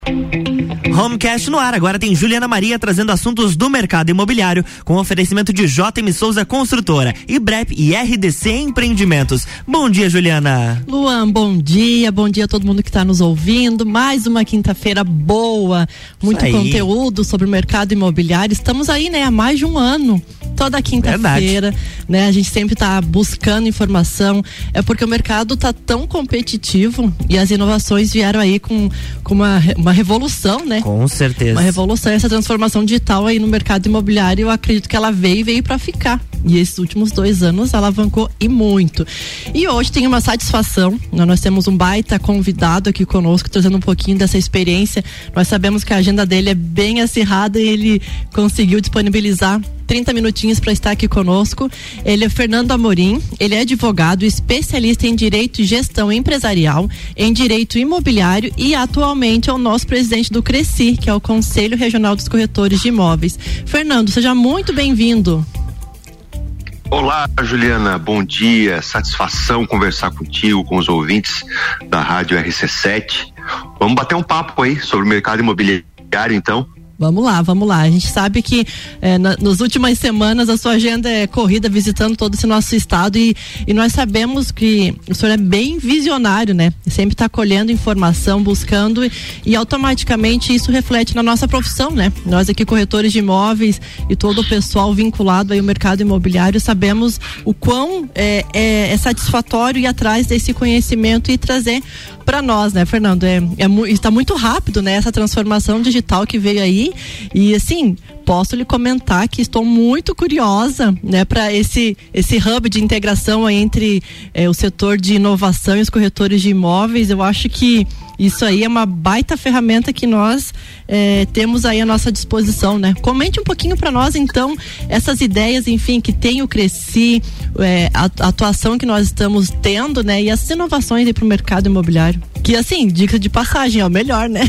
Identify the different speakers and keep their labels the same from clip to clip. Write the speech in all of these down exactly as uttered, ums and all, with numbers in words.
Speaker 1: Homecast no ar, agora tem Juliana Maria trazendo assuntos do mercado imobiliário com oferecimento de J M Souza Construtora, Ibrep e R D C Empreendimentos. Bom dia, Juliana.
Speaker 2: Luan, bom dia, bom dia a todo mundo que está nos ouvindo. Mais uma quinta-feira boa, muito conteúdo sobre o mercado imobiliário. Estamos aí, né, há mais de um ano. Toda quinta-feira, né? A gente sempre está buscando informação. É porque o mercado está tão competitivo e as inovações vieram aí com, com uma, uma revolução, né?
Speaker 1: Com certeza.
Speaker 2: Uma revolução, essa transformação digital aí no mercado imobiliário, eu acredito que ela veio e veio para ficar. E esses últimos dois anos alavancou e muito. E hoje tem uma satisfação. Nós temos um baita convidado aqui conosco, trazendo um pouquinho dessa experiência. Nós sabemos que a agenda dele é bem acirrada e ele conseguiu disponibilizar trinta minutinhos para estar aqui conosco. Ele é Fernando Amorim, ele é advogado, especialista em direito e gestão empresarial, em direito imobiliário e atualmente é o nosso presidente do Cresci, que é o Conselho Regional dos Corretores de Imóveis. Fernando, seja muito bem-vindo.
Speaker 3: Olá, Juliana, bom dia, satisfação conversar contigo, com os ouvintes da Rádio R C sete. Vamos bater um papo aí sobre o mercado imobiliário, então.
Speaker 2: Vamos lá, vamos lá. A gente sabe que é, na, nas últimas semanas a sua agenda é corrida visitando todo esse nosso estado e, e nós sabemos que o senhor é bem visionário, né? Sempre está colhendo informação, buscando e, e automaticamente isso reflete na nossa profissão, né? Nós aqui, corretores de imóveis e todo o pessoal vinculado aí ao mercado imobiliário, sabemos o quão é, é, é satisfatório ir atrás desse conhecimento e trazer para nós, né, Fernando? É, é, está muito rápido, né? Essa transformação digital que veio aí. E assim, posso lhe comentar que estou muito curiosa, né, para esse esse hub de integração aí entre eh, o setor de inovação e os corretores de imóveis. Eu acho que isso aí é uma baita ferramenta que nós eh, temos aí à nossa disposição, né? Comente um pouquinho para nós, então, essas ideias, enfim, que tem o Cresci, eh, a, a atuação que nós estamos tendo, né? E as inovações aí para o mercado imobiliário. Que, assim, dica de passagem, é o melhor, né?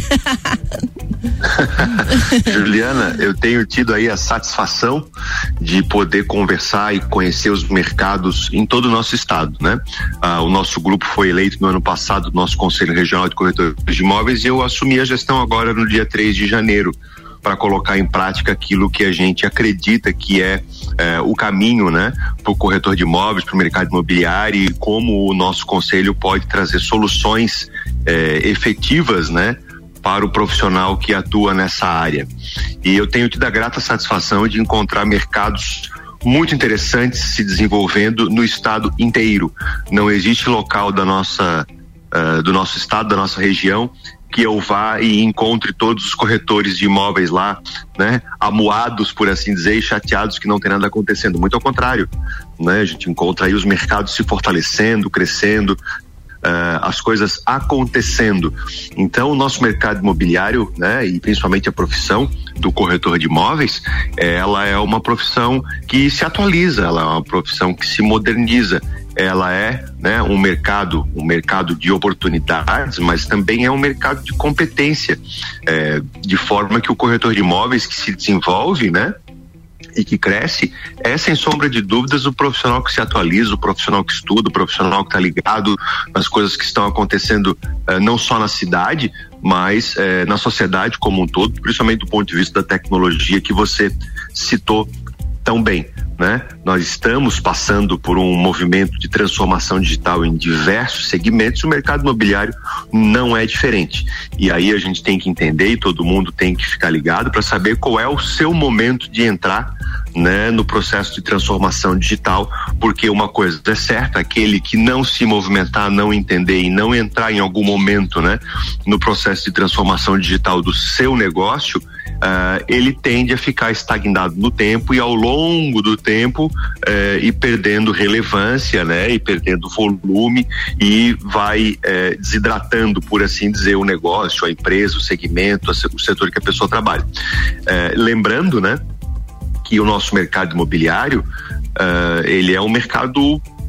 Speaker 3: Juliana, eu tenho tido aí a satisfação de poder conversar e conhecer os mercados em todo o nosso estado, né? Ah, o nosso grupo foi eleito no ano passado no nosso Conselho Regional de Corretores de Imóveis e eu assumi a gestão agora no dia três de janeiro para colocar em prática aquilo que a gente acredita que é, é o caminho, né, para o corretor de imóveis, para o mercado imobiliário e como o nosso conselho pode trazer soluções é, efetivas, né, para o profissional que atua nessa área. E eu tenho tido a grata satisfação de encontrar mercados muito interessantes se desenvolvendo no estado inteiro. Não existe local da nossa, uh, do nosso estado, da nossa região, que eu vá e encontre todos os corretores de imóveis lá, né, amuados, por assim dizer, e chateados que não tem nada acontecendo. Muito ao contrário, né, a gente encontra aí os mercados se fortalecendo, crescendo, Uh, as coisas acontecendo. Então, o nosso mercado imobiliário, né, e principalmente a profissão do corretor de imóveis, ela é uma profissão que se atualiza, ela é uma profissão que se moderniza. Ela é, né, um mercado, um mercado de oportunidades, mas também é um mercado de competência, é, de forma que o corretor de imóveis que se desenvolve, né, e que cresce, é sem sombra de dúvidas o profissional que se atualiza, o profissional que estuda, o profissional que está ligado nas coisas que estão acontecendo eh, não só na cidade, mas eh, na sociedade como um todo, principalmente do ponto de vista da tecnologia que você citou tão bem, né? Nós estamos passando por um movimento de transformação digital em diversos segmentos e o mercado imobiliário não é diferente. E aí a gente tem que entender e todo mundo tem que ficar ligado para saber qual é o seu momento de entrar, né, no processo de transformação digital, porque uma coisa é certa, aquele que não se movimentar, não entender e não entrar em algum momento, né, no processo de transformação digital do seu negócio, Uh, ele tende a ficar estagnado no tempo e ao longo do tempo uh, ir perdendo relevância, né, e perdendo volume e vai uh, desidratando, por assim dizer, o negócio, a empresa, o segmento, o setor que a pessoa trabalha. Uh, lembrando, né, que o nosso mercado imobiliário uh, ele é um mercado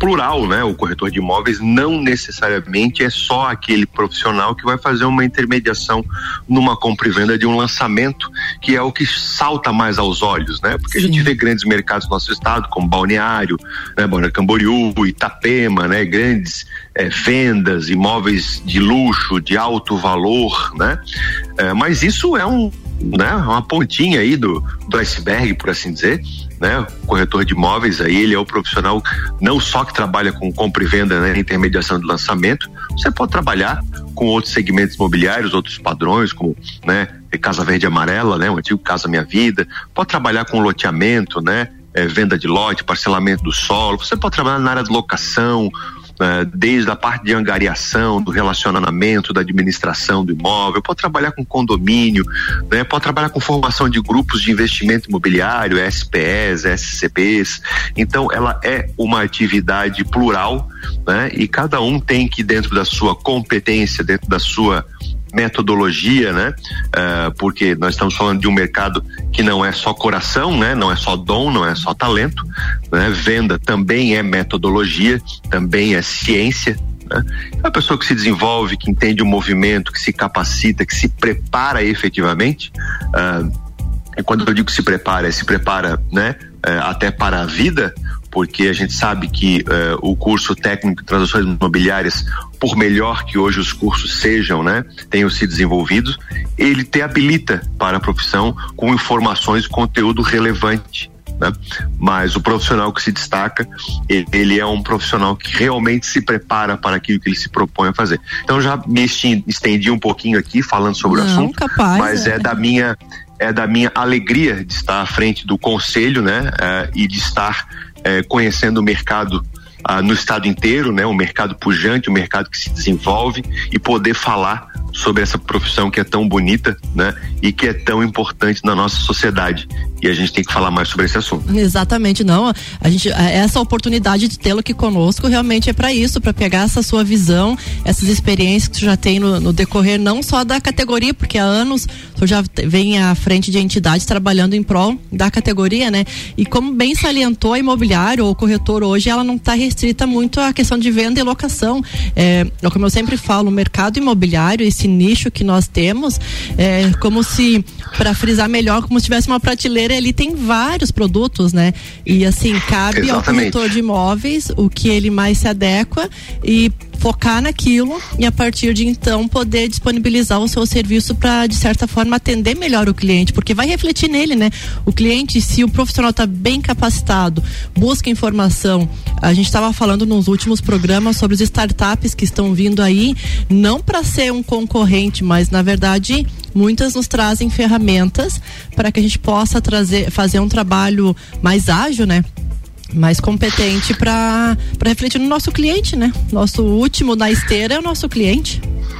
Speaker 3: plural, né? O corretor de imóveis não necessariamente é só aquele profissional que vai fazer uma intermediação numa compra e venda de um lançamento, que é o que salta mais aos olhos, né? Porque Sim. a gente vê grandes mercados no nosso estado, como Balneário, né? Balneário Camboriú, Itapema, né? Grandes é, vendas, imóveis de luxo, de alto valor, né? É, mas isso é um, né? Uma pontinha aí do, do iceberg, por assim dizer. Né? O corretor de imóveis aí, ele é o profissional não só que trabalha com compra e venda, né, intermediação de lançamento, você pode trabalhar com outros segmentos imobiliários, outros padrões, como, né, Casa Verde e Amarela, né, o antigo Casa Minha Vida, pode trabalhar com loteamento, né, é, venda de lote, parcelamento do solo, você pode trabalhar na área de locação, Uh, desde a parte de angariação, do relacionamento, da administração do imóvel, pode trabalhar com condomínio, né? Pode trabalhar com formação de grupos de investimento imobiliário, S P Es, S C Bs. Então ela é uma atividade plural, né? E cada um tem que, dentro da sua competência, dentro da sua metodologia, né? Uh, porque nós estamos falando de um mercado que não é só coração, né? Não é só dom, não é só talento, né? Venda também é metodologia, também é ciência, né? A pessoa que se desenvolve, que entende o movimento, que se capacita, que se prepara efetivamente, uh, e quando eu digo se prepara, se prepara, né? Uh, até para a vida, porque a gente sabe que uh, o curso técnico de transações imobiliárias, por melhor que hoje os cursos sejam, né, tenham se desenvolvido, ele te habilita para a profissão com informações e conteúdo relevante, né? Mas o profissional que se destaca, ele, ele é um profissional que realmente se prepara para aquilo que ele se propõe a fazer. Então já me estendi um pouquinho aqui falando sobre
Speaker 2: Não,
Speaker 3: o assunto,
Speaker 2: capaz,
Speaker 3: mas é, é da minha é da minha alegria de estar à frente do conselho, né, uh, e de estar É, conhecendo o mercado ah, no estado inteiro, né? O mercado pujante, o mercado que se desenvolve, e poder falar sobre essa profissão que é tão bonita, né? E que é tão importante na nossa sociedade. E a gente tem que falar mais sobre esse assunto.
Speaker 2: Exatamente, não. A gente, essa oportunidade de tê-lo aqui conosco realmente é para isso, para pegar essa sua visão, essas experiências que tu já tem no, no decorrer não só da categoria, porque há anos tu já vem à frente de entidades trabalhando em prol da categoria, né? E como bem salientou, a imobiliário ou corretor hoje, ela não está restrita muito à questão de venda e locação. É, como eu sempre falo, o mercado imobiliário, esse nicho que nós temos, é como se, para frisar melhor, como se tivesse uma prateleira, ali tem vários produtos, né? E assim, cabe Exatamente. Ao corretor de imóveis o que ele mais se adequa e focar naquilo, e a partir de então poder disponibilizar o seu serviço para, de certa forma, atender melhor o cliente, porque vai refletir nele, né? O cliente, se o profissional está bem capacitado, busca informação. A gente estava falando nos últimos programas sobre os startups que estão vindo aí, não para ser um concorrente, mas na verdade muitas nos trazem ferramentas para que a gente possa trazer, fazer um trabalho mais ágil, né? Mais competente para para refletir no nosso cliente, né? Nosso último na esteira é o nosso cliente.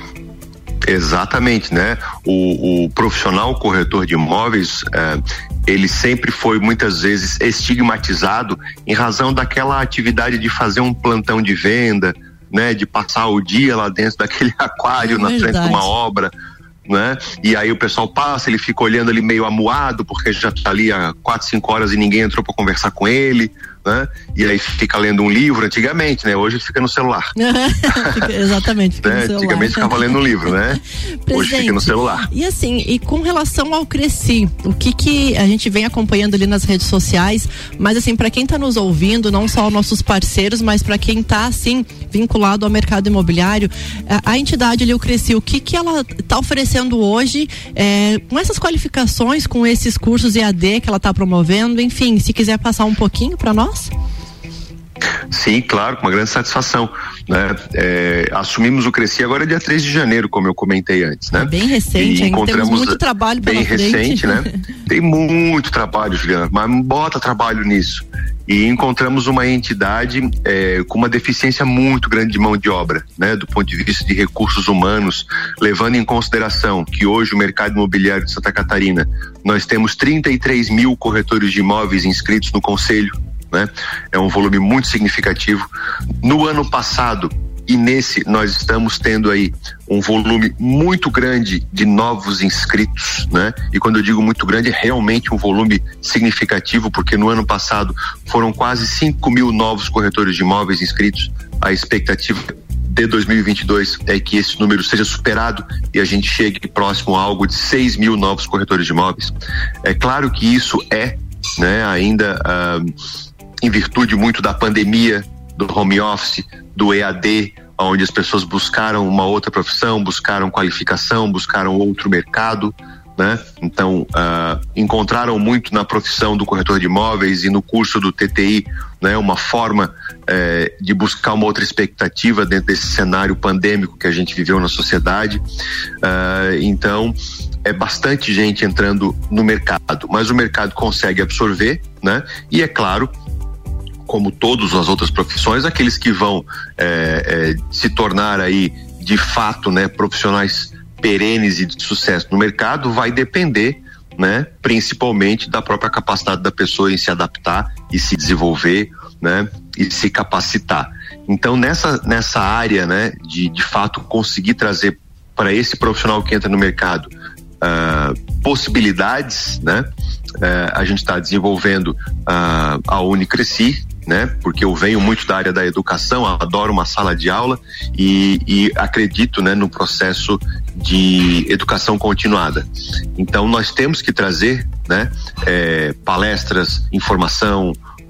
Speaker 3: Exatamente, né? O, o profissional corretor de imóveis, é, ele sempre foi muitas vezes estigmatizado em razão daquela atividade de fazer um plantão de venda, né? De passar o dia lá dentro daquele aquário, é na frente de uma obra, né? E aí o pessoal passa, ele fica olhando ali meio amuado, porque já tá ali há quatro, cinco horas e ninguém entrou para conversar com ele, né? E aí fica lendo um livro antigamente, né? Hoje fica no celular.
Speaker 2: fica, exatamente, fica
Speaker 3: né?
Speaker 2: no celular.
Speaker 3: Antigamente ficava lendo um livro, né? Hoje fica no celular.
Speaker 2: E assim, e com relação ao Cresci, o que que a gente vem acompanhando ali nas redes sociais, mas assim, para quem tá nos ouvindo, não só os nossos parceiros, mas para quem tá assim, vinculado ao mercado imobiliário, a, a entidade ali, o Cresci, o que que ela tá oferecendo hoje, é, com essas qualificações, com esses cursos E A D que ela tá promovendo, enfim, se quiser passar um pouquinho para nós?
Speaker 3: Sim, claro, com uma grande satisfação, né? É, assumimos o Cresci agora dia três de janeiro, como eu comentei antes, né?
Speaker 2: É bem recente,
Speaker 3: e
Speaker 2: ainda temos muito trabalho pela
Speaker 3: bem
Speaker 2: frente.
Speaker 3: recente, né? Tem muito trabalho, Juliana, mas bota trabalho nisso. E encontramos uma entidade é, com uma deficiência muito grande de mão de obra, né? Do ponto de vista de recursos humanos, levando em consideração que hoje o mercado imobiliário de Santa Catarina, nós temos trinta e três mil corretores de imóveis inscritos no conselho, né? É um volume muito significativo. No ano passado, e nesse nós estamos tendo aí um volume muito grande de novos inscritos, né? E quando eu digo muito grande, é realmente um volume significativo, porque no ano passado foram quase cinco mil novos corretores de imóveis inscritos. A expectativa de dois mil e vinte e dois é que esse número seja superado e a gente chegue próximo a algo de seis mil novos corretores de imóveis. É claro que isso é, né, ainda ah, em virtude muito da pandemia, do home office, do E A D, onde as pessoas buscaram uma outra profissão, buscaram qualificação, buscaram outro mercado, né? Então, uh, encontraram muito na profissão do corretor de imóveis e no curso do T T I, né? Uma forma eh, de buscar uma outra expectativa dentro desse cenário pandêmico que a gente viveu na sociedade. Uh, então, é bastante gente entrando no mercado, mas o mercado consegue absorver, né? E é claro, como todas as outras profissões, aqueles que vão é, é, se tornar aí de fato, né, profissionais perenes e de sucesso no mercado, vai depender, né, principalmente da própria capacidade da pessoa em se adaptar e se desenvolver, né, e se capacitar. Então nessa nessa área, né, de de fato conseguir trazer para esse profissional que entra no mercado uh, possibilidades, né, uh, a gente está desenvolvendo uh, a Unicresci, né? Porque eu venho muito da área da educação, adoro uma sala de aula e, e acredito, né, no processo de educação continuada. Então nós temos que trazer, né, é, palestras, informação,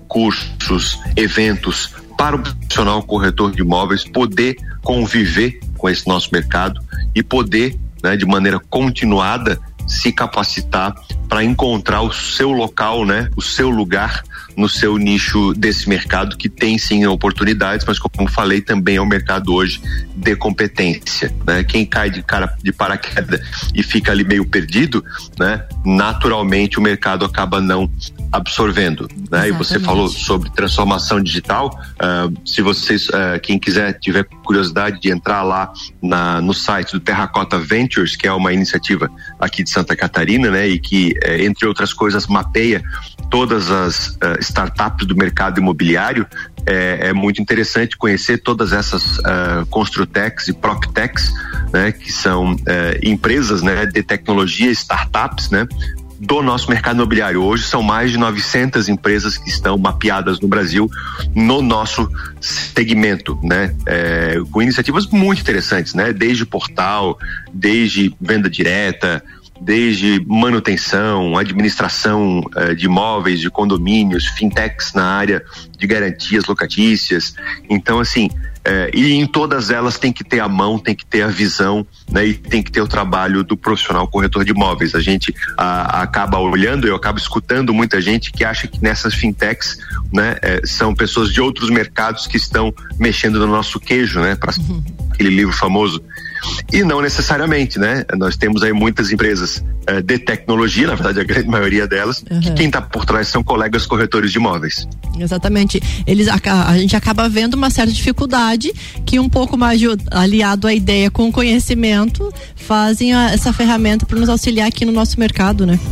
Speaker 3: cursos, eventos para o profissional corretor de imóveis poder conviver com esse nosso mercado e poder, né, de maneira continuada se capacitar para encontrar o seu local, né, o seu lugar no seu nicho desse mercado, que tem sim oportunidades, mas como falei, também é um mercado hoje de competência, né? Quem cai de cara de paraquedas e fica ali meio perdido, né? Naturalmente o mercado acaba não absorvendo, né? Exatamente. E você falou sobre transformação digital, uh, se vocês, uh, quem quiser, tiver curiosidade de entrar lá na, no site do Terracota Ventures, que é uma iniciativa aqui de Santa Catarina, né? E que, eh, entre outras coisas, mapeia todas as uh, startups do mercado imobiliário. É, é muito interessante conhecer todas essas uh, Construtecs e PropTechs, né, que são uh, empresas, né, de tecnologia, startups, né, do nosso mercado imobiliário. Hoje são mais de novecentas empresas que estão mapeadas no Brasil no nosso segmento, né, é, com iniciativas muito interessantes, né, desde portal, desde venda direta, desde manutenção, administração uh, de imóveis, de condomínios, fintechs na área de garantias locatícias. Então, assim, uh, e em todas elas tem que ter a mão, tem que ter a visão, né, e tem que ter o trabalho do profissional corretor de imóveis. A gente uh, acaba olhando, eu acabo escutando muita gente que acha que nessas fintechs, né, uh, são pessoas de outros mercados que estão mexendo no nosso queijo, né, para uhum. aquele livro famoso. E não necessariamente, né? Nós temos aí muitas empresas uh, de tecnologia, na verdade a grande maioria delas, uhum. que quem está por trás são colegas corretores de imóveis.
Speaker 2: Exatamente. Eles, a, a gente acaba vendo uma certa dificuldade que um pouco mais de, aliado à ideia com o conhecimento fazem a, essa ferramenta para nos auxiliar aqui no nosso mercado, né?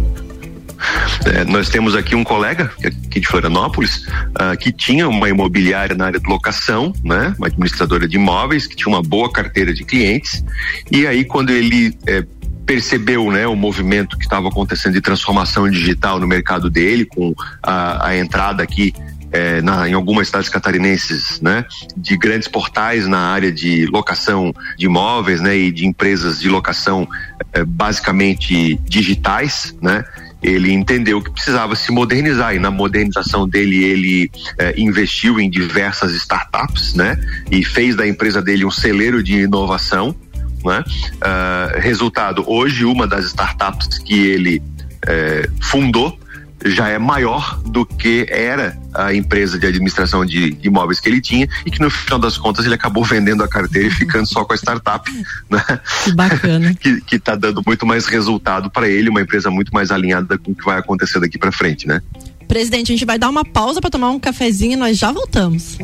Speaker 3: É, nós temos aqui um colega aqui de Florianópolis uh, que tinha uma imobiliária na área de locação, né, uma administradora de imóveis que tinha uma boa carteira de clientes, e aí quando ele é, percebeu, né, o movimento que estava acontecendo de transformação digital no mercado dele, com a, a entrada aqui É, na, em algumas cidades catarinenses, né, de grandes portais na área de locação de imóveis, né, e de empresas de locação é, basicamente digitais, né, ele entendeu que precisava se modernizar, e na modernização dele ele é, investiu em diversas startups, né, e fez da empresa dele um celeiro de inovação, né. Uh, resultado, hoje uma das startups que ele é, fundou já é maior do que era a empresa de administração de imóveis que ele tinha, e que no final das contas ele acabou vendendo a carteira e ficando só com a startup, né?
Speaker 2: Que bacana.
Speaker 3: que, que tá dando muito mais resultado para ele, uma empresa muito mais alinhada com o que vai acontecer daqui para frente, né?
Speaker 2: Presidente, a gente vai dar uma pausa para tomar um cafezinho e nós já voltamos.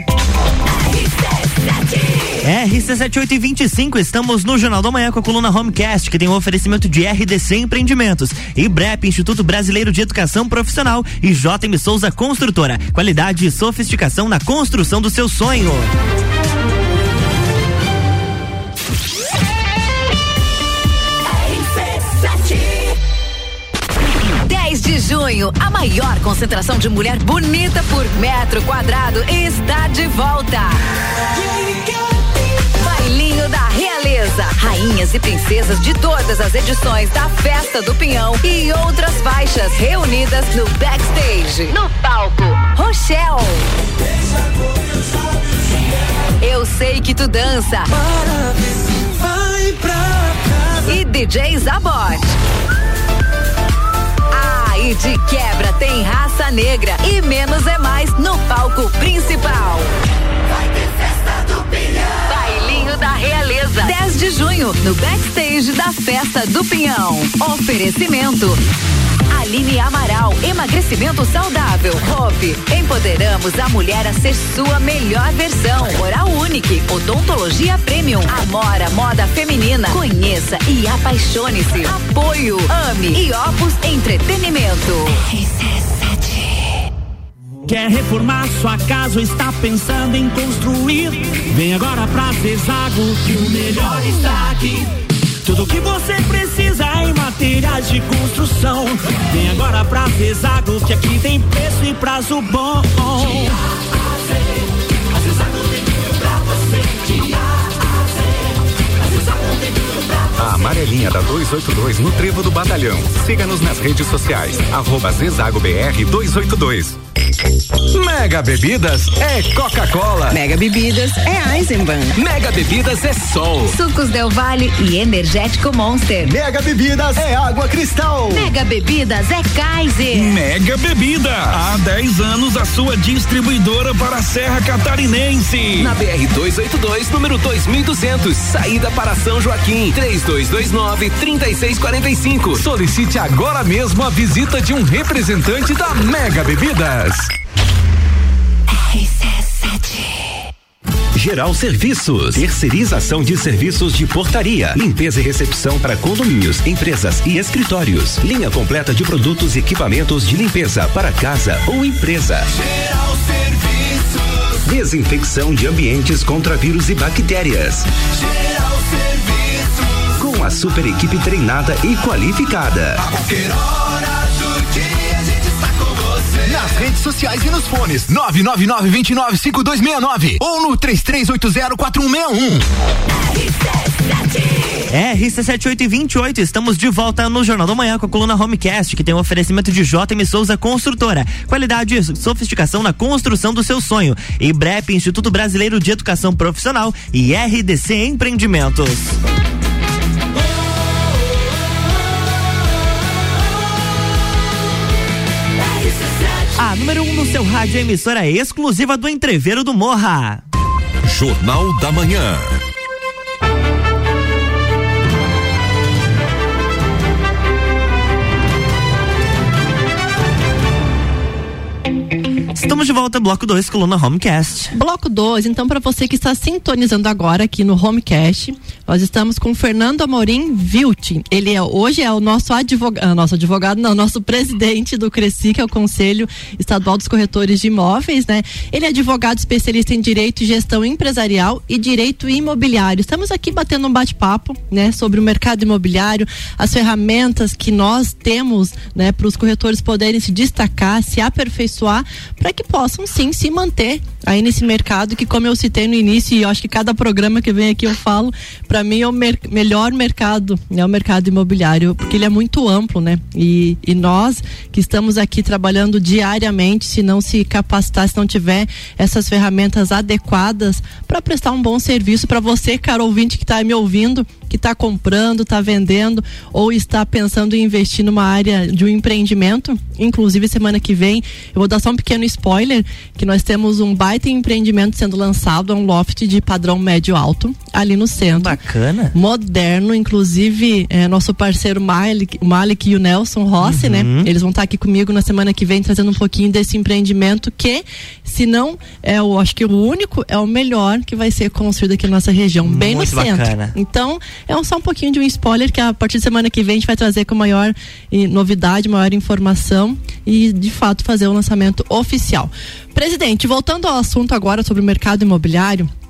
Speaker 1: R C sete oito e vinte e cinco, estamos no Jornal da Manhã com a coluna Homecast, que tem um oferecimento de R D C Empreendimentos, I B R E P, Instituto Brasileiro de Educação Profissional, e J M Souza Construtora, qualidade e sofisticação na construção do seu sonho.
Speaker 4: junho, a maior concentração de mulher bonita por metro quadrado está de volta. Bailinho da Realeza, rainhas e princesas de todas as edições da Festa do Pinhão e outras faixas reunidas no backstage. No palco, Rochelle. Eu Sei Que Tu Dança. E D J Zabot. Ah, e de quebra tem Raça Negra e Menos é Mais no palco principal. Vai ter Festa do Pinhão. Bailinho da Realeza, dez de junho, no backstage da Festa do Pinhão. Oferecimento Aline Amaral, emagrecimento saudável. Hope, empoderamos a mulher a ser sua melhor versão. Oral Unique, odontologia premium. Amora, moda feminina. Conheça e apaixone-se. Apoio, Ame e Opus Entretenimento.
Speaker 5: Quer reformar sua casa ou está pensando em construir? Vem agora pra Zezago, que o melhor está aqui. Tudo que você precisa em materiais de construção. Vem agora pra Zezago, que aqui tem preço e prazo bom. De A a Z, a Zezago tem tudo pra você. De A a Z, a Zezago tem tudo pra você.
Speaker 6: A amarelinha da duzentos e oitenta e dois no Trevo do Batalhão. Siga-nos nas redes sociais, arroba Zezago B R duzentos e oitenta e dois.
Speaker 7: Mega Bebidas é Coca-Cola.
Speaker 8: Mega Bebidas é Eisenbahn.
Speaker 7: Mega Bebidas é Sol.
Speaker 4: Sucos Del Valle e Energético Monster.
Speaker 9: Mega Bebidas é Água Cristal.
Speaker 4: Mega Bebidas é Kaiser.
Speaker 10: Mega Bebida, há dez anos a sua distribuidora para a Serra Catarinense.
Speaker 7: Na B R duzentos e oitenta e dois, número dois mil e duzentos, saída para São Joaquim, três dois dois nove, três seis quatro cinco.
Speaker 10: Solicite agora mesmo a visita de um representante da Mega Bebidas.
Speaker 11: Geral Serviços, terceirização de serviços de portaria, limpeza e recepção para condomínios, empresas e escritórios. Linha completa de produtos e equipamentos de limpeza para casa ou empresa.
Speaker 12: Geral Serviços.
Speaker 11: Desinfecção de ambientes contra vírus e bactérias.
Speaker 12: Geral Serviços.
Speaker 11: Com a super equipe treinada e qualificada.
Speaker 12: A qualquer hora do dia a gente está com você.
Speaker 9: Nas redes sociais e nos fones nove nove nove, dois nove, cinco dois seis nove ou no três três oito zero, quatro um seis um.
Speaker 1: R C sete oito e vinte e oito, estamos de volta no Jornal da Manhã com a coluna Homecast, que tem um oferecimento de J M Souza Construtora, qualidade e sofisticação na construção do seu sonho. E B R E P, Instituto Brasileiro de Educação Profissional, e R D C Empreendimentos. A número um no seu rádio, emissora exclusiva do Entreveiro do Morra.
Speaker 13: Jornal da Manhã.
Speaker 1: Estamos de volta, bloco dois, coluna Homecast.
Speaker 2: Bloco dois, então, para você que está sintonizando agora aqui no Homecast, nós estamos com Fernando Amorim Vilti. Ele é, hoje é o nosso advogado, nosso advogado, não, nosso presidente do Cresci, que é o Conselho Estadual dos Corretores de Imóveis, né? Ele é advogado especialista em Direito e Gestão Empresarial e Direito Imobiliário. Estamos aqui batendo um bate-papo, né, sobre o mercado imobiliário, as ferramentas que nós temos, né, para os corretores poderem se destacar, se aperfeiçoar, para que possam sim se manter aí nesse mercado que, como eu citei no início, e eu acho que cada programa que vem aqui eu falo, para mim é o mer- melhor mercado, é o mercado imobiliário, porque ele é muito amplo, né? E, e nós que estamos aqui trabalhando diariamente, se não se capacitar, se não tiver essas ferramentas adequadas para prestar um bom serviço para você, cara ouvinte que está me ouvindo, que está comprando, está vendendo ou está pensando em investir numa área de um empreendimento. Inclusive, semana que vem eu vou dar só um pequeno spoiler, que nós temos um baita empreendimento sendo lançado, é um loft de padrão médio alto ali no centro.
Speaker 1: Bacana.
Speaker 2: Moderno, inclusive é, nosso parceiro Malik, o Malik e o Nelson Rossi, uhum. né? Eles vão estar aqui comigo na semana que vem trazendo um pouquinho desse empreendimento que, se não é o, acho que o único, é o melhor que vai ser construído aqui na nossa região, bem
Speaker 1: Muito
Speaker 2: no centro.
Speaker 1: Bacana.
Speaker 2: Então, é um, só um pouquinho de um spoiler que a partir de semana que vem a gente vai trazer com maior e, novidade, maior informação e de fato fazer o lançamento oficial. Presidente, voltando ao assunto agora sobre o mercado imobiliário,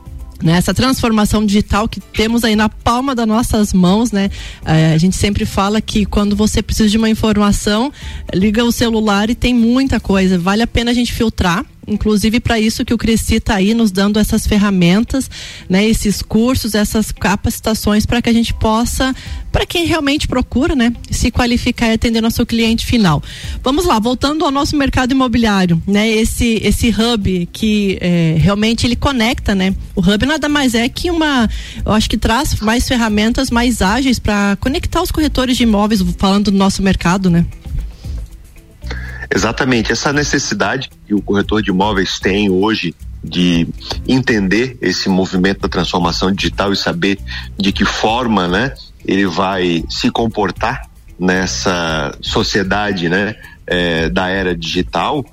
Speaker 2: né? Essa transformação digital que temos aí na palma das nossas mãos, né? É, a gente sempre fala que quando você precisa de uma informação, liga o celular e tem muita coisa. Vale a pena a gente filtrar. Inclusive para isso que o Cresci está aí nos dando essas ferramentas, né? Esses cursos, essas capacitações para que a gente possa, para quem realmente procura, né? Se qualificar e atender nosso cliente final. Vamos lá, voltando ao nosso mercado imobiliário, né? Esse esse hub que é, realmente ele conecta, né? O hub nada mais é que uma, eu acho que traz mais ferramentas mais ágeis para conectar os corretores de imóveis, falando do nosso mercado, né?
Speaker 3: Exatamente, essa necessidade que o corretor de imóveis tem hoje de entender esse movimento da transformação digital e saber de que forma, né, ele vai se comportar nessa sociedade, né, é, da era digital,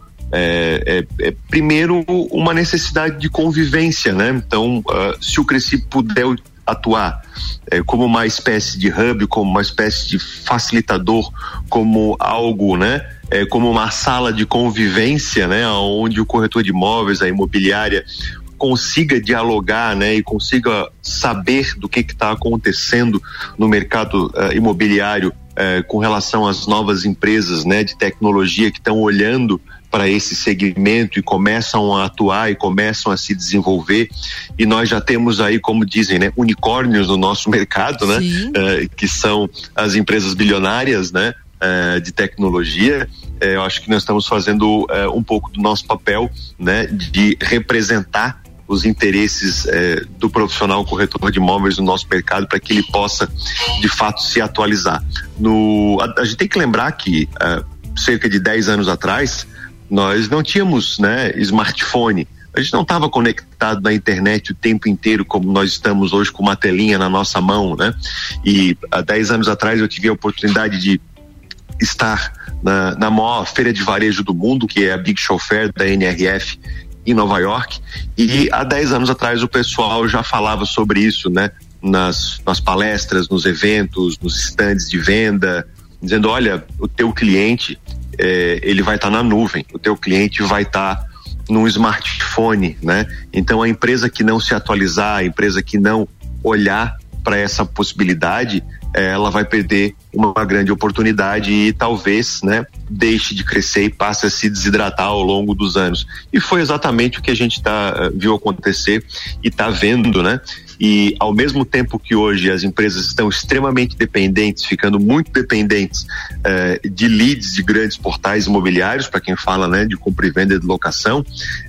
Speaker 3: é, é, é primeiro uma necessidade de convivência, né? Então, uh, se o Cresci puder atuar é, como uma espécie de hub, como uma espécie de facilitador, como algo, né? É, como uma sala de convivência, né? Onde o corretor de imóveis, a imobiliária, consiga dialogar, né? E consiga saber do que está acontecendo no mercado uh, imobiliário uh, com relação às novas empresas, né? De tecnologia que estão olhando para esse segmento e começam a atuar e começam a se desenvolver, e nós já temos aí, como dizem, né, unicórnios no nosso mercado, né, uh, que são as empresas bilionárias, né, uh, de tecnologia. Uh, eu acho que nós estamos fazendo uh, um pouco do nosso papel, né, de representar os interesses uh, do profissional corretor de imóveis no nosso mercado para que ele possa, de fato, se atualizar. No, a, a gente tem que lembrar que uh, cerca de dez anos atrás nós não tínhamos, né, smartphone. A gente não estava conectado na internet o tempo inteiro como nós estamos hoje com uma telinha na nossa mão, né? E há dez anos atrás eu tive a oportunidade de estar na, na maior feira de varejo do mundo, que é a Big Show Fair da N R F em Nova York, e há dez anos atrás o pessoal já falava sobre isso, né? Nas, nas palestras, nos eventos, nos stands de venda, dizendo, olha, o teu cliente É, ele vai estar tá na nuvem, o teu cliente vai estar tá num smartphone, né? Então a empresa que não se atualizar, a empresa que não olhar para essa possibilidade, é, ela vai perder uma grande oportunidade e talvez, né, deixe de crescer e passe a se desidratar ao longo dos anos. E foi exatamente o que a gente tá, viu acontecer e está vendo, né? E ao mesmo tempo que hoje as empresas estão extremamente dependentes, ficando muito dependentes eh, de leads de grandes portais imobiliários, para quem fala, né, de compra e venda e de locação,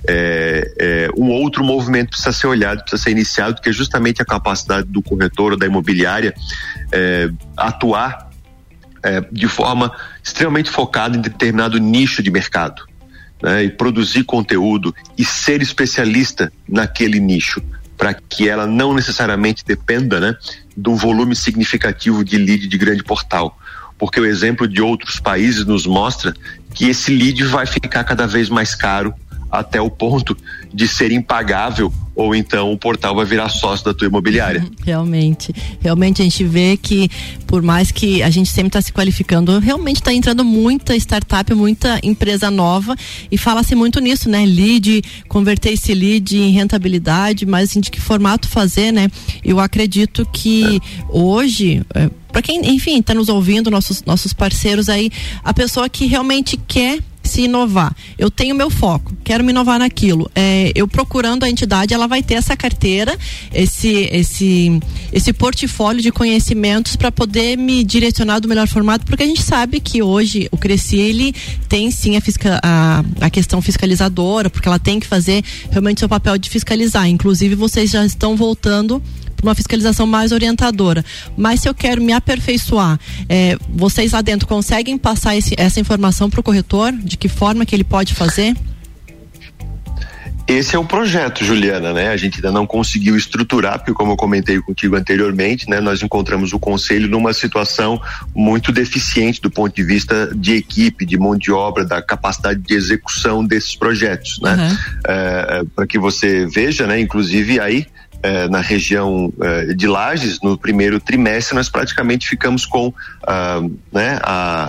Speaker 3: eh, eh, um outro movimento precisa ser olhado, precisa ser iniciado, que é justamente a capacidade do corretor ou da imobiliária eh, atuar eh, de forma extremamente focada em determinado nicho de mercado, né, e produzir conteúdo e ser especialista naquele nicho, para que ela não necessariamente dependa, né, do volume significativo de lead de grande portal, porque o exemplo de outros países nos mostra que esse lead vai ficar cada vez mais caro até o ponto de ser impagável, ou então o portal vai virar sócio da tua imobiliária.
Speaker 2: Realmente, realmente a gente vê que por mais que a gente sempre está se qualificando, realmente está entrando muita startup, muita empresa nova, e fala-se muito nisso, né? Lead, converter esse lead em rentabilidade, mas assim, de que formato fazer, né? Eu acredito que é. hoje, é, para quem, enfim, está nos ouvindo, nossos, nossos parceiros aí, a pessoa que realmente quer se inovar, eu tenho meu foco, quero me inovar naquilo, é, eu procurando a entidade, ela vai ter essa carteira, esse esse esse portfólio de conhecimentos para poder me direcionar do melhor formato, porque a gente sabe que hoje o Cresci, ele tem sim a, fisca, a, a questão fiscalizadora, porque ela tem que fazer realmente seu papel de fiscalizar, inclusive vocês já estão voltando uma fiscalização mais orientadora, mas se eu quero me aperfeiçoar, é, vocês lá dentro conseguem passar esse, essa informação para o corretor, de que forma que ele pode fazer?
Speaker 3: Esse é o projeto, Juliana, né? A gente ainda não conseguiu estruturar, porque como eu comentei contigo anteriormente, né? Nós encontramos o conselho numa situação muito deficiente do ponto de vista de equipe, de mão de obra, da capacidade de execução desses projetos, né? Uhum. É, para que você veja, né? Inclusive aí É, na região é, de Lages, no primeiro trimestre, nós praticamente ficamos com ah, né, a,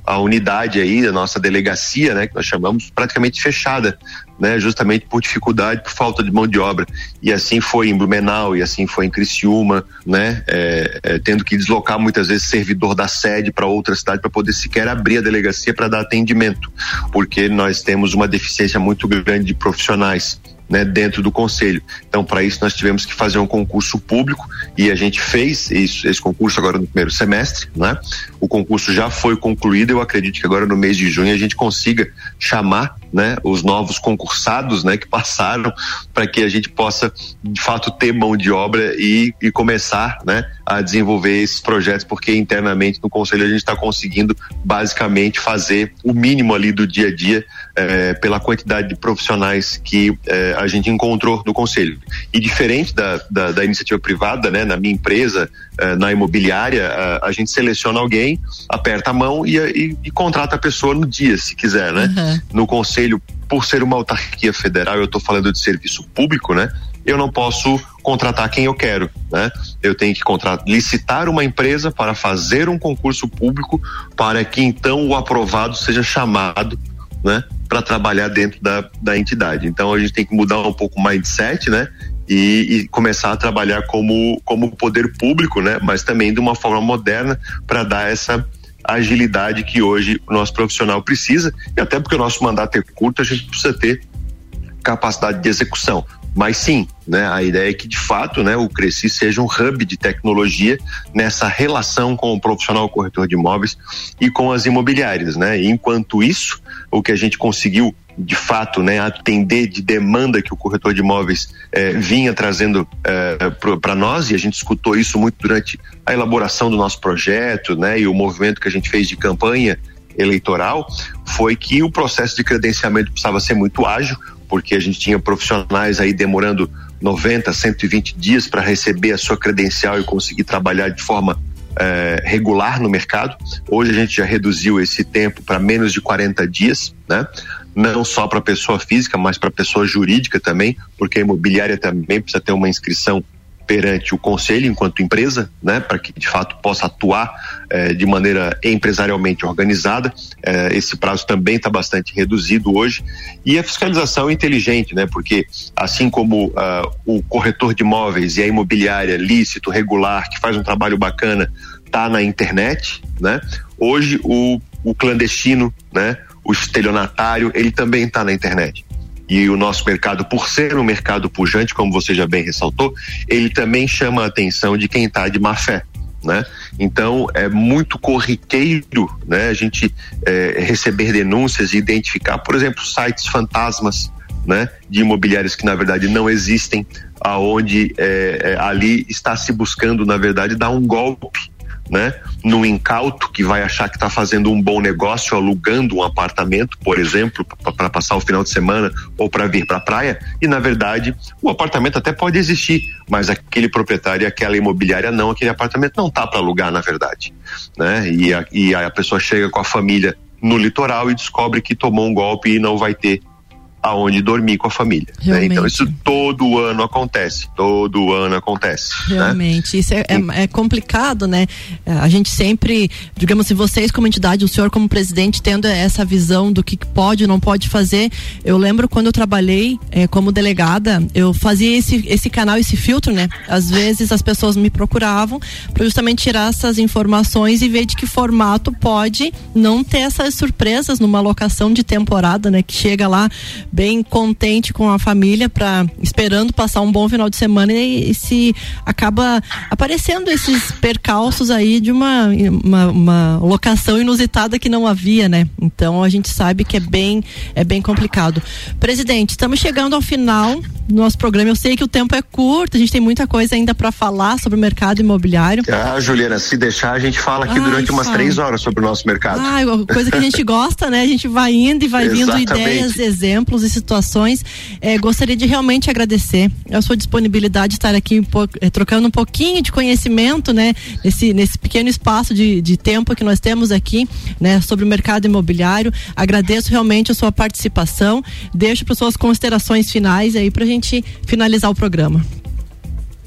Speaker 3: a unidade aí, a nossa delegacia, né, que nós chamamos, praticamente fechada, né, justamente por dificuldade, por falta de mão de obra. E assim foi em Blumenau, e assim foi em Criciúma, né, é, é, tendo que deslocar muitas vezes servidor da sede para outra cidade para poder sequer abrir a delegacia para dar atendimento, porque nós temos uma deficiência muito grande de profissionais, né, dentro do conselho. Então, para isso nós tivemos que fazer um concurso público e a gente fez isso, esse concurso agora no primeiro semestre, né? O concurso já foi concluído, eu acredito que agora no mês de junho a gente consiga chamar, né, os novos concursados, né, que passaram, para que a gente possa de fato ter mão de obra e, e começar, né, a desenvolver esses projetos, porque internamente no conselho a gente está conseguindo basicamente fazer o mínimo ali do dia a dia, eh, pela quantidade de profissionais que eh, a gente encontrou no conselho. E diferente da, da, da iniciativa privada, né, na minha empresa, eh, na imobiliária, a, a gente seleciona alguém, aperta a mão e, e, e contrata a pessoa no dia, se quiser, né? Uhum. No conselho, por ser uma autarquia federal, eu estou falando de serviço público, né? Eu não posso contratar quem eu quero, né? Eu tenho que contratar, licitar uma empresa para fazer um concurso público para que então o aprovado seja chamado, né, para trabalhar dentro da, da entidade. Então a gente tem que mudar um pouco o mindset, né? E, e começar a trabalhar como, como poder público, né? Mas também de uma forma moderna para dar essa agilidade que hoje o nosso profissional precisa, e até porque o nosso mandato é curto, a gente precisa ter capacidade de execução. Mas sim, né, a ideia é que de fato, né, o Cresci seja um hub de tecnologia nessa relação com o profissional corretor de imóveis e com as imobiliárias, né? E enquanto isso, o que a gente conseguiu de fato, né, atender de demanda que o corretor de imóveis eh, vinha trazendo eh, para nós, e a gente escutou isso muito durante a elaboração do nosso projeto, né, e o movimento que a gente fez de campanha eleitoral, foi que o processo de credenciamento precisava ser muito ágil, porque a gente tinha profissionais aí demorando noventa, cento e vinte dias para receber a sua credencial e conseguir trabalhar de forma eh, regular no mercado. Hoje a gente já reduziu esse tempo para menos de quarenta dias, né? Não só para pessoa física, mas para pessoa jurídica também, porque a imobiliária também precisa ter uma inscrição perante o conselho enquanto empresa, né, para que de fato possa atuar eh, de maneira empresarialmente organizada. Eh, esse prazo também está bastante reduzido hoje, e a fiscalização inteligente, né, porque assim como uh, o corretor de imóveis e a imobiliária lícito, regular, que faz um trabalho bacana, está na internet, né, hoje o, o clandestino, né, o estelionatário, ele também está na internet. E o nosso mercado, por ser um mercado pujante, como você já bem ressaltou, ele também chama a atenção de quem está de má fé, né? Então é muito corriqueiro, né, a gente é, receber denúncias e identificar, por exemplo, sites fantasmas, né, de imobiliários que na verdade não existem, aonde é, é, ali está se buscando na verdade dar um golpe, né, num incauto que vai achar que está fazendo um bom negócio alugando um apartamento, por exemplo, para passar o final de semana ou para vir para a praia, e na verdade o apartamento até pode existir, mas aquele proprietário e aquela imobiliária não, aquele apartamento não tá para alugar na verdade, né? E a, e a pessoa chega com a família no litoral e descobre que tomou um golpe e não vai ter aonde dormir com a família, né? Então isso todo ano acontece, todo ano acontece.
Speaker 2: Realmente,
Speaker 3: né?
Speaker 2: Isso é, é, é complicado, né? A gente sempre, digamos assim, vocês como entidade, o senhor como presidente, tendo essa visão do que pode e não pode fazer. Eu lembro quando eu trabalhei é, como delegada, eu fazia esse, esse canal, esse filtro, né? Às vezes as pessoas me procuravam para justamente tirar essas informações e ver de que formato pode não ter essas surpresas numa locação de temporada, né? Que chega lá bem contente com a família, para esperando passar um bom final de semana, e, e se acaba aparecendo esses percalços aí de uma, uma, uma locação inusitada que não havia, né? Então a gente sabe que é bem, é bem complicado. Presidente, estamos chegando ao final do nosso programa. Eu sei que o tempo é curto, a gente tem muita coisa ainda para falar sobre o mercado imobiliário.
Speaker 3: Ah, Juliana, se deixar a gente fala aqui Ai, durante umas fala. três horas sobre o nosso mercado.
Speaker 2: Ah, coisa que a gente gosta, né? A gente vai indo e vai vindo ideias, exemplos e situações. É, gostaria de realmente agradecer a sua disponibilidade de estar aqui é, trocando um pouquinho de conhecimento, né? Nesse, nesse pequeno espaço de, de tempo que nós temos aqui, né? Sobre o mercado imobiliário. Agradeço realmente a sua participação. Deixo para suas considerações finais aí pra gente finalizar o programa.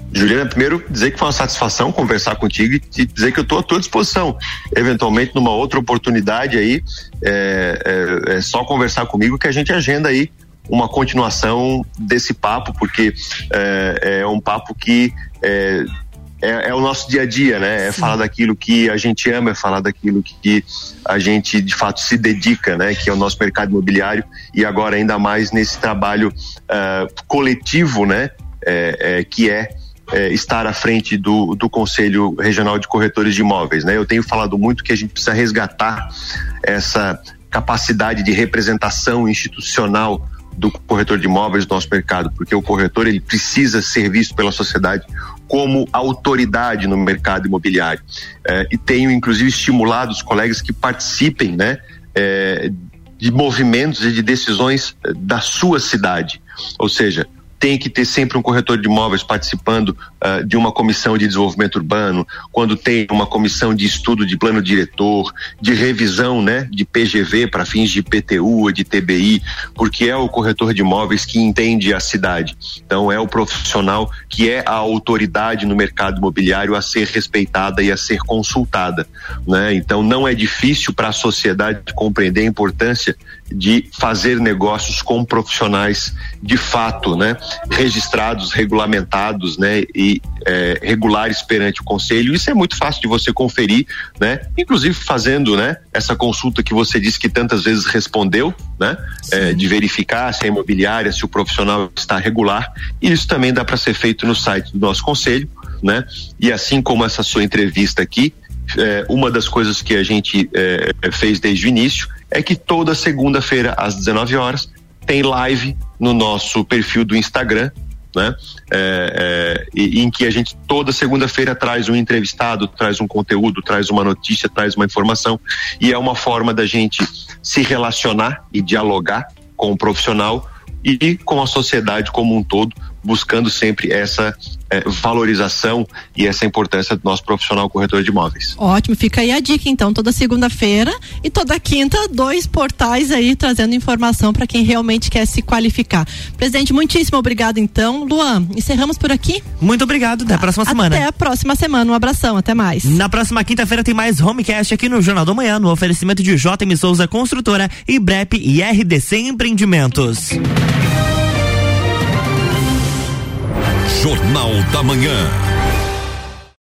Speaker 3: Juliana, primeiro dizer que foi uma satisfação conversar contigo e dizer que eu estou à tua disposição. Eventualmente, numa outra oportunidade aí, é, é, é só conversar comigo que a gente agenda aí uma continuação desse papo, porque é, é um papo que é, é, é o nosso dia a dia, né? É falar daquilo que a gente ama, é falar daquilo que a gente de fato se dedica, né? Que é o nosso mercado imobiliário, e agora ainda mais nesse trabalho uh, coletivo, né? É, é, que é É, estar à frente do, do Conselho Regional de Corretores de Imóveis, né? Eu tenho falado muito que a gente precisa resgatar essa capacidade de representação institucional do corretor de imóveis do nosso mercado, porque o corretor ele precisa ser visto pela sociedade como autoridade no mercado imobiliário, é, e tenho inclusive estimulado os colegas que participem, né, é, de movimentos e de decisões da sua cidade, ou seja, tem que ter sempre um corretor de imóveis participando uh, de uma comissão de desenvolvimento urbano, quando tem uma comissão de estudo de plano diretor, de revisão, né, de P G V para fins de I P T U, de T B I, porque é o corretor de imóveis que entende a cidade. Então é o profissional que é a autoridade no mercado imobiliário a ser respeitada e a ser consultada, né? Então não é difícil para a sociedade compreender a importância de fazer negócios com profissionais de fato, né, registrados, regulamentados, né, e é, regulares perante o conselho. Isso é muito fácil de você conferir, né, inclusive fazendo, né, essa consulta que você disse que tantas vezes respondeu, né, é, de verificar se a imobiliária, se o profissional está regular. E isso também dá para ser feito no site do nosso conselho, né, e assim como essa sua entrevista aqui, é, uma das coisas que a gente é, fez desde o início é que toda segunda-feira às dezenove horas tem live no nosso perfil do Instagram, né? É, é, em que a gente toda segunda-feira traz um entrevistado, traz um conteúdo, traz uma notícia, traz uma informação, e é uma forma da gente se relacionar e dialogar com o profissional e com a sociedade como um todo, buscando sempre essa é, valorização e essa importância do nosso profissional corretor de imóveis.
Speaker 2: Ótimo, fica aí a dica então, toda segunda-feira e toda quinta, dois portais aí trazendo informação para quem realmente quer se qualificar. Presidente, muitíssimo obrigado então. Luan, encerramos por aqui?
Speaker 1: Muito obrigado, até a próxima semana.
Speaker 2: Até a próxima semana, um abração, até mais.
Speaker 1: Na próxima quinta-feira tem mais Homecast aqui no Jornal da Manhã, no oferecimento de J M Souza Construtora e Brep e R D C Empreendimentos.
Speaker 13: Jornal da Manhã.